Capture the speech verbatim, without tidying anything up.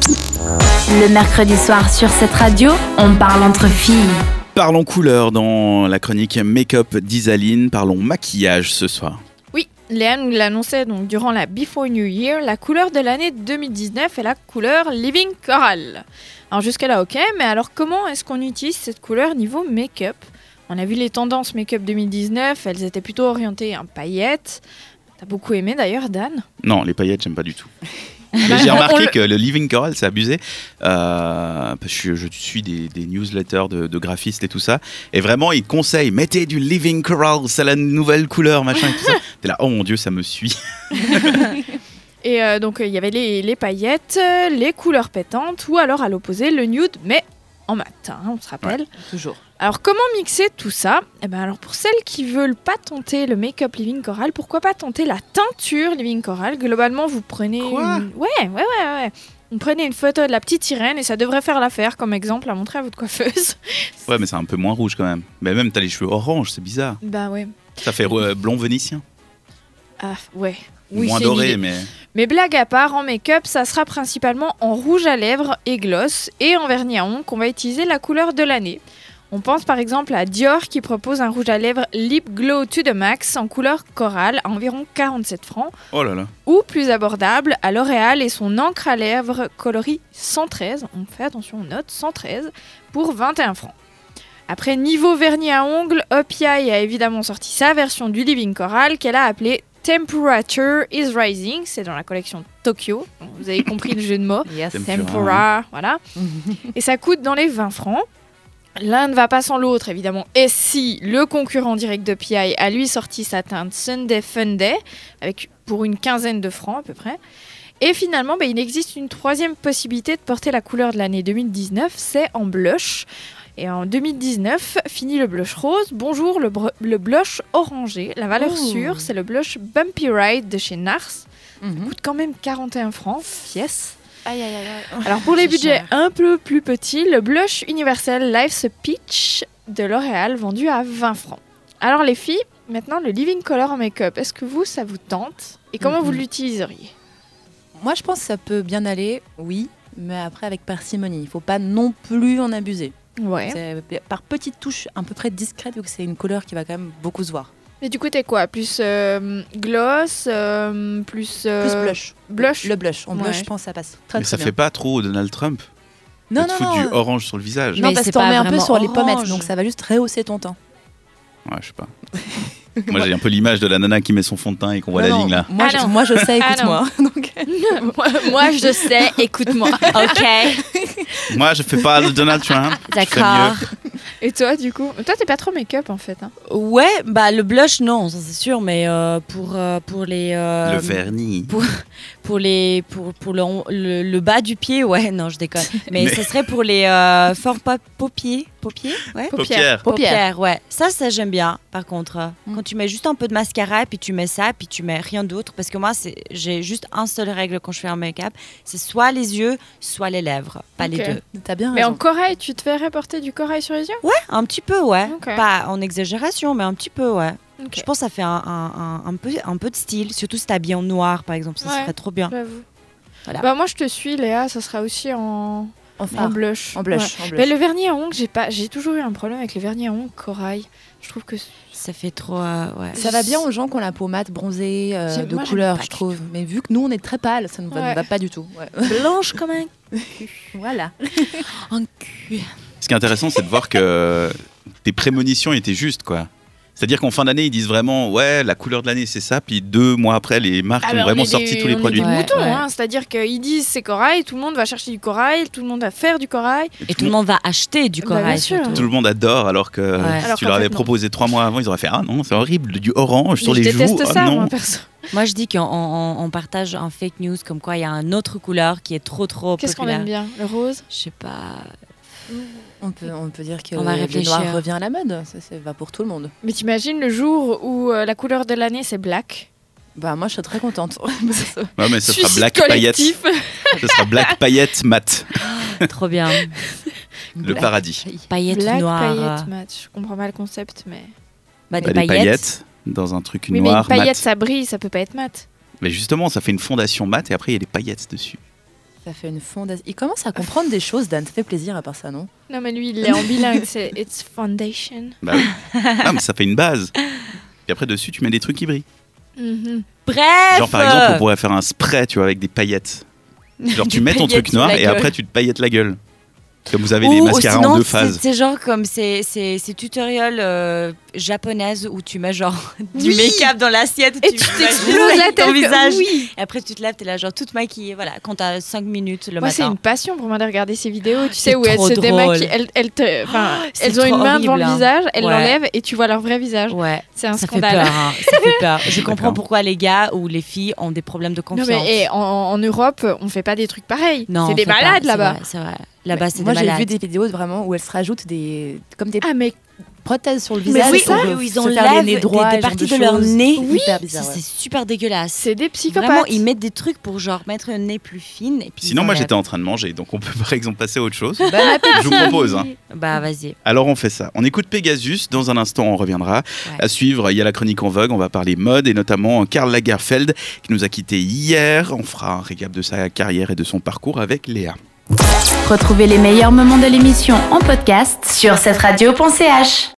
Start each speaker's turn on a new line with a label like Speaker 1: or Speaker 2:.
Speaker 1: Le mercredi soir sur cette radio, on parle entre filles.
Speaker 2: Parlons couleur dans la chronique Make-up d'Isaline. Parlons maquillage ce soir.
Speaker 3: Oui, Léa nous l'annonçait donc durant la Before New Year. La couleur de l'année deux mille dix-neuf est la couleur Living Coral. Alors jusqu'à là, ok, mais alors comment est-ce qu'on utilise cette couleur niveau make-up ? On a vu les tendances make-up deux mille dix-neuf, elles étaient plutôt orientées en paillettes. T'as beaucoup aimé d'ailleurs, Dan ?
Speaker 2: Non, les paillettes, j'aime pas du tout. Mais j'ai remarqué que le Living Coral, c'est abusé. Euh, parce que je, je suis des, des newsletters de, de graphistes et tout ça. Et vraiment, ils conseillent, mettez du Living Coral, c'est la nouvelle couleur, machin et tout ça. T'es là, oh mon Dieu, ça me suit.
Speaker 3: Et euh, donc, il euh, y avait les, les paillettes, les couleurs pétantes, ou alors à l'opposé, le nude, mais en mat, hein, on se rappelle.
Speaker 4: Ouais, toujours.
Speaker 3: Alors, comment mixer tout ça ? Eh ben, alors, pour celles qui veulent pas tenter le make-up Living Coral, pourquoi pas tenter la teinture Living Coral ? Globalement, vous prenez
Speaker 2: Quoi ?
Speaker 3: une... Ouais, ouais, ouais, ouais. Vous prenez une photo de la petite sirène et ça devrait faire l'affaire comme exemple à montrer à votre coiffeuse.
Speaker 2: Ouais, mais c'est un peu moins rouge quand même. Mais même, t'as les cheveux orange, c'est bizarre.
Speaker 3: Bah ouais.
Speaker 2: Ça fait euh, blond vénitien.
Speaker 3: Ah, ouais. Oui,
Speaker 2: moins
Speaker 3: c'est
Speaker 2: doré, mais...
Speaker 3: Mais blague à part, en make-up, ça sera principalement en rouge à lèvres et gloss et en vernis à ongles qu'on va utiliser la couleur de l'année. On pense par exemple à Dior qui propose un rouge à lèvres Lip Glow to the Max en couleur corail à environ quarante-sept francs.
Speaker 2: Oh là là.
Speaker 3: Ou plus abordable, à L'Oréal et son encre à lèvres coloris cent treize, on fait attention aux notes, cent treize, pour vingt et un francs. Après, niveau vernis à ongles, Opi a évidemment sorti sa version du Living Coral qu'elle a appelée Temperature is Rising, c'est dans la collection Tokyo. Vous avez compris le jeu de mots.
Speaker 4: Yes.
Speaker 2: Tempura.
Speaker 3: Tempura, voilà. Et ça coûte dans les vingt francs. L'un ne va pas sans l'autre, évidemment. Et si le concurrent direct de P I a lui sorti sa teinte Sunday Fun Day, avec, pour une quinzaine de francs à peu près. Et finalement, bah, il existe une troisième possibilité de porter la couleur de l'année deux mille dix-neuf, c'est en blush. Et en deux mille dix-neuf, fini le blush rose, bonjour le, br- le blush orangé. La valeur
Speaker 4: Ouh.
Speaker 3: sûre, c'est le blush Bumpy Ride de chez Nars.
Speaker 4: Mm-hmm.
Speaker 3: Ça coûte quand même quarante et un francs, pièce.
Speaker 4: Aïe, aïe, aïe, aïe.
Speaker 3: Alors pour les
Speaker 4: C'est
Speaker 3: budgets
Speaker 4: cher.
Speaker 3: un peu plus petits, le blush universel Life's Peach de L'Oréal vendu à vingt francs. Alors les filles, maintenant le Living Color en make-up, est-ce que vous, ça vous tente ? Et comment
Speaker 4: Mm-hmm.
Speaker 3: vous l'utiliseriez ?
Speaker 4: Moi, je pense que ça peut bien aller, oui, mais après avec parcimonie. Il ne faut pas non plus en abuser.
Speaker 3: Ouais.
Speaker 4: C'est par petites touches à peu près discrètes, vu que c'est une couleur qui va quand même beaucoup se voir.
Speaker 3: Et du coup, t'es quoi ? Plus euh, gloss, euh, plus... euh,
Speaker 4: Plus blush.
Speaker 3: Blush
Speaker 4: Le blush. En
Speaker 3: Ouais.
Speaker 4: blush, je pense que ça passe très,
Speaker 2: Mais
Speaker 4: très
Speaker 2: ça
Speaker 4: bien.
Speaker 2: fait pas trop Donald Trump
Speaker 4: Non,
Speaker 2: de te
Speaker 4: non,
Speaker 2: foutre
Speaker 4: non.
Speaker 2: du orange sur le visage.
Speaker 4: Non,
Speaker 5: Mais
Speaker 4: parce
Speaker 5: c'est
Speaker 4: que t'en
Speaker 5: pas
Speaker 4: mets un peu
Speaker 5: vraiment
Speaker 4: sur les pommettes,
Speaker 5: orange.
Speaker 4: donc ça va juste rehausser ton teint.
Speaker 2: Ouais, je sais pas. Moi, j'ai un peu l'image de la nana qui met son fond de teint et qu'on voit
Speaker 4: Non,
Speaker 2: la
Speaker 4: non,
Speaker 2: ligne là.
Speaker 4: Moi,
Speaker 3: Ah
Speaker 4: je,
Speaker 3: non.
Speaker 4: moi je sais,
Speaker 3: Ah
Speaker 4: écoute-moi. Donc,
Speaker 3: moi, moi, je sais, écoute-moi.
Speaker 5: Ok,
Speaker 2: Moi, je fais pas le Donald Trump. Je fais
Speaker 5: d'accord.
Speaker 2: mieux.
Speaker 3: Et toi, du coup ? Toi, t'es pas trop make-up, en fait. Hein.
Speaker 5: Ouais, bah le blush, non, ça c'est sûr, mais euh, pour, euh, pour les... euh,
Speaker 2: Le vernis.
Speaker 5: Pour, les, pour, pour le, le, le bas du pied, ouais, non, je déconne. Mais,
Speaker 2: Mais-
Speaker 5: ce serait pour les euh, forts pa- paupiers. Paupiers ouais.
Speaker 2: Paupières.
Speaker 4: Paupières.
Speaker 5: ouais. Ça, ça j'aime bien, par contre.
Speaker 4: Mm.
Speaker 5: Quand tu mets juste un peu de mascara, et puis tu mets ça, puis tu mets rien d'autre. Parce que moi, c'est, j'ai juste un seul règle quand je fais un make-up. C'est soit les yeux, soit les lèvres. Pas
Speaker 3: Ok.
Speaker 5: les deux.
Speaker 4: t'as bien
Speaker 3: Mais
Speaker 4: raison.
Speaker 3: en corail, tu te ferais porter du corail sur les yeux ?
Speaker 5: Ouais, un petit peu, ouais.
Speaker 3: Ok.
Speaker 5: Pas en exagération, mais un petit peu, ouais.
Speaker 3: Ok.
Speaker 5: Je pense que ça fait un, un, un, un peu, un peu de style. Surtout si t'es habillé en noir, par exemple. Ça
Speaker 3: Ouais.
Speaker 5: serait trop bien.
Speaker 3: J'avoue.
Speaker 5: Voilà.
Speaker 3: Bah, moi, je te suis, Léa, ça sera aussi en,
Speaker 4: En
Speaker 3: en
Speaker 4: fard.
Speaker 3: blush.
Speaker 4: En blush.
Speaker 3: Ouais.
Speaker 4: En blush.
Speaker 3: Mais le vernis à ongles, j'ai pas, j'ai toujours eu un problème avec les vernis à ongles corail. Je trouve que
Speaker 5: Ça fait trop. euh, ouais.
Speaker 4: Ça va bien aux gens qui ont la peau mate, brisée, euh,
Speaker 3: J'aime-
Speaker 4: de
Speaker 3: moi, j'aime
Speaker 4: couleur,
Speaker 3: pas
Speaker 4: je
Speaker 3: du
Speaker 4: trouve. Mais vu que nous, on est très pâle, ça ne va,
Speaker 3: Ouais.
Speaker 4: ne va pas du tout. Ouais.
Speaker 3: blanche comme un.
Speaker 4: Voilà.
Speaker 5: Un cul.
Speaker 2: Ce qui est intéressant, c'est de voir que tes prémonitions étaient justes, quoi. C'est-à-dire qu'en fin d'année, ils disent vraiment, ouais, la couleur de l'année, c'est ça. Puis deux mois après, les marques
Speaker 3: Ah,
Speaker 2: ont
Speaker 3: mais on
Speaker 2: vraiment
Speaker 3: est
Speaker 2: sorti
Speaker 3: des-
Speaker 2: tous les
Speaker 3: on est
Speaker 2: produits.
Speaker 3: des
Speaker 4: Ouais,
Speaker 3: moutons,
Speaker 4: ouais.
Speaker 3: hein. C'est-à-dire qu'ils disent c'est corail, tout le monde va chercher du corail, tout le monde va faire du corail.
Speaker 5: Et tout le monde va acheter du
Speaker 3: Bah,
Speaker 5: corail.
Speaker 3: bien sûr.
Speaker 5: surtout.
Speaker 2: Tout le monde adore, alors que
Speaker 5: Ouais.
Speaker 2: si
Speaker 3: Alors
Speaker 2: tu
Speaker 3: qu'en
Speaker 2: leur
Speaker 3: fait,
Speaker 2: avais
Speaker 3: non.
Speaker 2: proposé trois mois avant, ils auraient fait ah non, c'est horrible, du orange sur
Speaker 3: Mais
Speaker 2: les
Speaker 3: je déteste
Speaker 2: joues.
Speaker 3: ça,
Speaker 2: ah, non.
Speaker 3: moi, perso.
Speaker 5: Moi, je dis qu'on on, on partage un fake news comme quoi il y a une autre couleur qui est trop, trop
Speaker 3: Qu'est-ce qu'on
Speaker 5: populaire.
Speaker 3: aime bien ? Le rose ?
Speaker 5: Je sais pas.
Speaker 4: On peut, on peut dire que
Speaker 5: On va
Speaker 4: le
Speaker 5: réfléchir.
Speaker 4: noir revient à la mode. Ça, ça va pour tout le monde.
Speaker 3: Mais t'imagines le jour où euh, la couleur de l'année c'est black ?
Speaker 4: Bah, moi, je serais très contente.
Speaker 2: Ouais, mais ce sera
Speaker 3: Suicide
Speaker 2: black paillettes.
Speaker 3: collectif.
Speaker 2: Ce sera black paillettes mat.
Speaker 5: Trop bien.
Speaker 2: Le paradis.
Speaker 5: Paillettes
Speaker 3: Black
Speaker 5: noires.
Speaker 3: paillettes mat. Je comprends pas le concept, mais.
Speaker 5: Bah, des
Speaker 2: Bah, des
Speaker 5: paillettes.
Speaker 2: paillettes dans un truc
Speaker 3: Oui, mais
Speaker 2: noir
Speaker 3: une paillette
Speaker 2: mat.
Speaker 3: ça brille, ça peut pas être mat.
Speaker 2: Mais justement, ça fait une fondation mat et après il y a des paillettes dessus.
Speaker 4: Ça fait une fondation. Il commence à comprendre des choses, Dan. Ça fait plaisir à part ça, non?
Speaker 3: Non, mais lui, il est en bilingue, c'est It's Foundation.
Speaker 2: Bah oui. Non, mais ça fait une base. Et après, dessus, tu mets des trucs qui brillent.
Speaker 3: Mhm.
Speaker 5: Bref.
Speaker 2: Genre, par exemple, on pourrait faire un spray, tu vois, avec des paillettes. Genre, tu
Speaker 5: Des
Speaker 2: mets ton
Speaker 5: paillettes
Speaker 2: truc noir
Speaker 5: sur la
Speaker 2: et
Speaker 5: gueule.
Speaker 2: après, tu te paillettes la gueule. Comme vous avez
Speaker 5: Ou-
Speaker 2: les
Speaker 5: ou
Speaker 2: mascaras
Speaker 5: sinon,
Speaker 2: en deux
Speaker 5: c'est-
Speaker 2: phases.
Speaker 5: C'est genre comme ces, ces, ces tutoriels euh, japonaises où tu mets genre du
Speaker 3: Oui.
Speaker 5: make-up dans l'assiette
Speaker 3: Et
Speaker 5: tu
Speaker 3: tu
Speaker 5: mets
Speaker 3: t'exploses la tête.
Speaker 5: ton visage.
Speaker 3: Oui.
Speaker 5: Et après tu te lèves, t'es là genre toute maquillée. Voilà, quand t'as cinq minutes le
Speaker 3: Moi, c'est
Speaker 5: matin.
Speaker 3: une passion pour moi de regarder ces vidéos. Tu
Speaker 5: C'est
Speaker 3: sais, où elles
Speaker 5: trop
Speaker 3: se
Speaker 5: drôle.
Speaker 3: démaquillent. Elles, elles, te- enfin,
Speaker 5: c'est
Speaker 3: elles ont une
Speaker 5: trop
Speaker 3: main devant
Speaker 5: horrible,
Speaker 3: le
Speaker 5: hein.
Speaker 3: visage, elles
Speaker 5: Ouais.
Speaker 3: l'enlèvent et tu vois leur vrai visage.
Speaker 5: Ouais,
Speaker 3: C'est un
Speaker 5: ça fait
Speaker 3: scandale.
Speaker 5: peur. hein. Ça fait peur. Je comprends
Speaker 2: D'accord.
Speaker 5: pourquoi les gars ou les filles ont des problèmes de
Speaker 3: Non,
Speaker 5: confiance.
Speaker 3: mais et en, en Europe, on fait pas des trucs pareils.
Speaker 5: Non,
Speaker 3: c'est
Speaker 5: on
Speaker 3: des
Speaker 5: fait pas,
Speaker 3: malades
Speaker 5: c'est
Speaker 3: là-bas.
Speaker 5: vrai, C'est vrai. Là-bas, c'est des
Speaker 4: Moi, j'ai
Speaker 5: malades.
Speaker 4: vu des vidéos vraiment où elles se rajoutent des comme des
Speaker 3: Ah, mais
Speaker 4: prothèses sur le
Speaker 3: Mais
Speaker 4: visage
Speaker 3: oui,
Speaker 4: pour
Speaker 3: ça,
Speaker 4: euh,
Speaker 5: où ils
Speaker 4: se
Speaker 5: enlèvent
Speaker 4: faire les nez droits,
Speaker 5: des,
Speaker 4: et
Speaker 5: des
Speaker 4: ce genre
Speaker 5: parties
Speaker 4: de
Speaker 5: de leur
Speaker 4: choses.
Speaker 5: nez.
Speaker 4: Oui, hyper
Speaker 5: Ça,
Speaker 4: bizarre. ouais.
Speaker 5: c'est super dégueulasse.
Speaker 3: c'est des psychopathes.
Speaker 5: Vraiment, ils mettent des trucs pour genre mettre un nez plus fine. Et puis
Speaker 2: Sinon,
Speaker 5: ils
Speaker 2: moi,
Speaker 5: enlèvent.
Speaker 2: j'étais en train de manger, donc on peut par exemple passer à autre chose.
Speaker 4: Bon appétit.
Speaker 2: Je vous propose. Hein.
Speaker 5: Bah vas-y.
Speaker 2: Alors, on fait ça. On écoute Pegasus. Dans un instant, on reviendra.
Speaker 5: Ouais.
Speaker 2: À suivre, il y a la chronique en vogue. On va parler mode et notamment Karl Lagerfeld qui nous a quittés hier. On fera un récap de sa carrière et de son parcours avec Léa.
Speaker 1: Retrouvez les meilleurs moments de l'émission en podcast sur cette radio point c h.